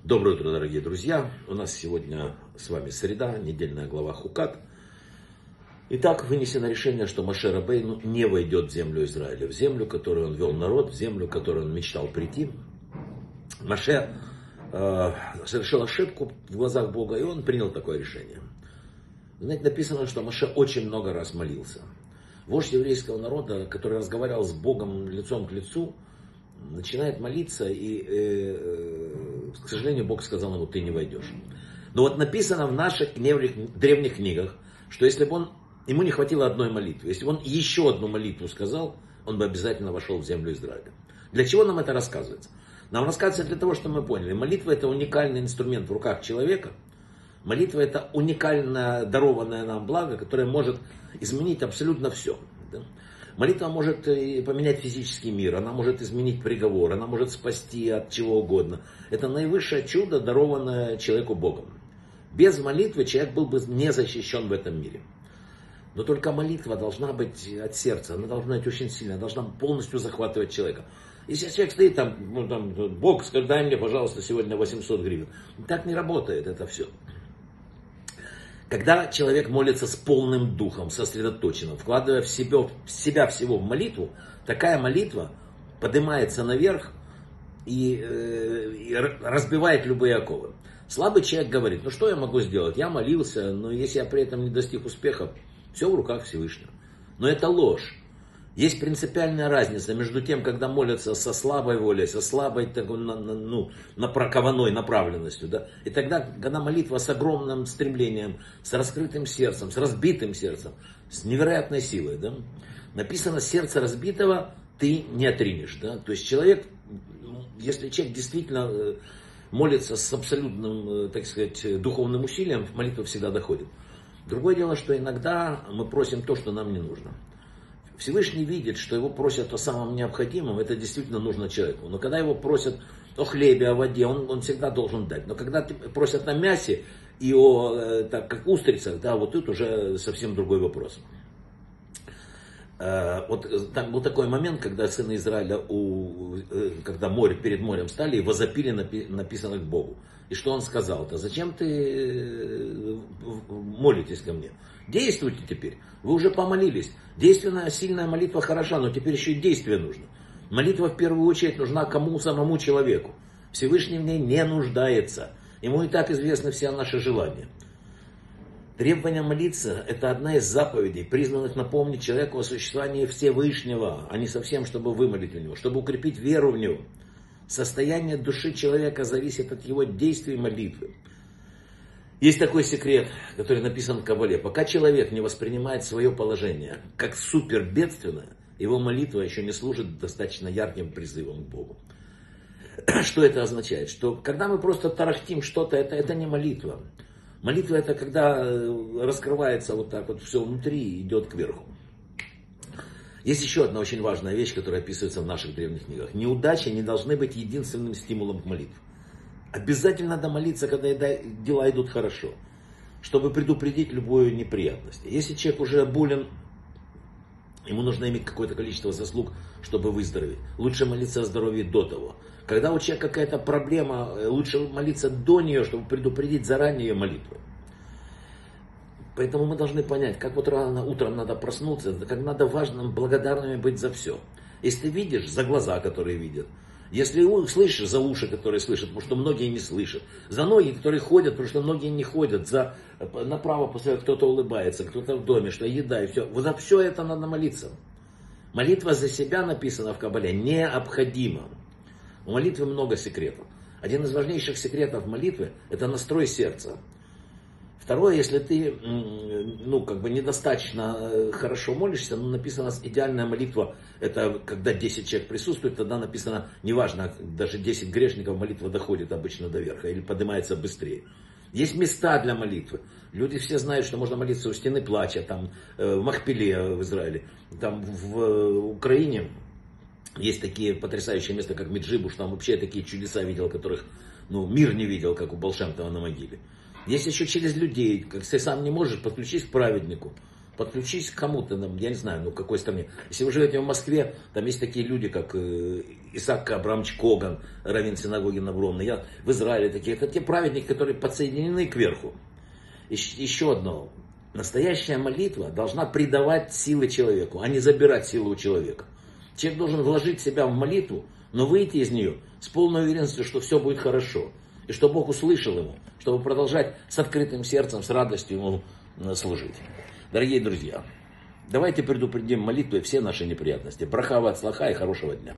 Доброе утро, дорогие друзья. У нас сегодня с вами среда, недельная глава Хукат. Итак, вынесено решение, что Моше Рабейну не войдет в землю Израиля, в землю, которую он вел народ, в землю, в которую он мечтал прийти. Моше совершил ошибку в глазах Бога, и он принял такое решение. Знаете, написано, что Моше очень много раз молился. Вождь еврейского народа, который разговаривал с Богом лицом к лицу, начинает молиться, и, к сожалению, Бог сказал ему: ты не войдешь. Но вот написано в наших древних книгах, что если бы ему не хватило одной молитвы, если бы он еще одну молитву сказал, он бы обязательно вошел в землю Израиля. Для чего нам это рассказывается? Нам рассказывается для того, чтобы мы поняли: молитва — это уникальный инструмент в руках человека. Молитва — это уникальное дарованное нам благо, которое может изменить абсолютно все. Молитва может поменять физический мир, она может изменить приговор, она может спасти от чего угодно. Это наивысшее чудо, дарованное человеку Богом. Без молитвы человек был бы не защищен в этом мире. Но только молитва должна быть от сердца, она должна быть очень сильная, она должна полностью захватывать человека. Если человек стоит там, Бог, скажет: дай мне, пожалуйста, сегодня 800 гривен. Так не работает это все. Когда человек молится с полным духом, сосредоточенным, вкладывая в себя всего в молитву, такая молитва поднимается наверх и разбивает любые оковы. Слабый человек говорит: ну что я могу сделать? Я молился, но если я при этом не достиг успеха, все в руках Всевышнего. Но это ложь. Есть принципиальная разница между тем, когда молятся со слабой волей, со слабой прокованной направленностью, да? И тогда, когда молитва с огромным стремлением, с раскрытым сердцем, с разбитым сердцем, с невероятной силой, да? Написано: сердце разбитого ты не отринешь, да? То есть человек, если человек действительно молится с абсолютным, так сказать, духовным усилием, молитва всегда доходит. Другое дело, что иногда мы просим то, что нам не нужно. Всевышний видит, что его просят о самом необходимом, это действительно нужно человеку. Но когда его просят о хлебе, о воде, он всегда должен дать. Но когда просят о мясе и как устрицах, да, вот тут уже совсем другой вопрос. Вот там был такой момент, когда сыны Израиля, когда перед морем стали, и возопили, написано, к Богу. И что он сказал-то? Зачем ты молитесь ко мне? Действуйте теперь. Вы уже помолились. Действенная, сильная молитва хороша, но теперь еще и действие нужно. Молитва в первую очередь нужна кому? Самому человеку. Всевышний в ней не нуждается. Ему и так известны все наши желания. Требование молиться — это одна из заповедей, призванных напомнить человеку о существовании Всевышнего, а не совсем, чтобы вымолить у него, чтобы укрепить веру в него. Состояние души человека зависит от его действий молитвы. Есть такой секрет, который написан в Кабале. Пока человек не воспринимает свое положение как супербедственное, его молитва еще не служит достаточно ярким призывом к Богу. Что это означает? Что когда мы просто тарахтим что-то, это не молитва. Молитва — это когда раскрывается вот так вот все внутри и идет кверху. Есть еще одна очень важная вещь, которая описывается в наших древних книгах. Неудачи не должны быть единственным стимулом к молитве. Обязательно надо молиться, когда дела идут хорошо, чтобы предупредить любую неприятность. Если человек уже болен, ему нужно иметь какое-то количество заслуг, чтобы выздороветь. Лучше молиться о здоровье до того. Когда у человека какая-то проблема, лучше молиться до нее, чтобы предупредить заранее ее молитву. Поэтому мы должны понять, как вот рано утром надо проснуться, как надо важным, благодарными быть за все. Если ты видишь, за глаза, которые видят. Если слышишь, за уши, которые слышат, потому что многие не слышат. За ноги, которые ходят, потому что многие не ходят. Направо после кто-то улыбается, кто-то в доме, что еда и все. Вот за все это надо молиться. Молитва за себя, написано в Кабале, необходима. У молитвы много секретов. Один из важнейших секретов молитвы — это настрой сердца. Второе, если ты недостаточно хорошо молишься, написано, идеальная молитва — это когда 10 человек присутствует, тогда написано, неважно, даже 10 грешников, молитва доходит обычно до верха или поднимается быстрее. Есть места для молитвы. Люди все знают, что можно молиться у стены плача, там, в Махпеле в Израиле, там в Украине. Есть такие потрясающие места, как Меджибуш, там вообще такие чудеса видел, которых мир не видел, как у Балшемтова на могиле. Есть еще через людей, как ты сам не можешь, подключись к праведнику. Подключись к кому-то, я не знаю, в какой стране. Если вы живете в Москве, там есть такие люди, как Исаак Абрамович Коган, раввин синагоги Навромной. Я в Израиле такие. Это те праведники, которые подсоединены кверху. Еще одно. Настоящая молитва должна придавать силы человеку, а не забирать силу у человека. Человек должен вложить себя в молитву, но выйти из нее с полной уверенностью, что все будет хорошо. И что Бог услышал ему, чтобы продолжать с открытым сердцем, с радостью ему служить. Дорогие друзья, давайте предупредим молитвой все наши неприятности. Браха ва ацлаха и хорошего дня.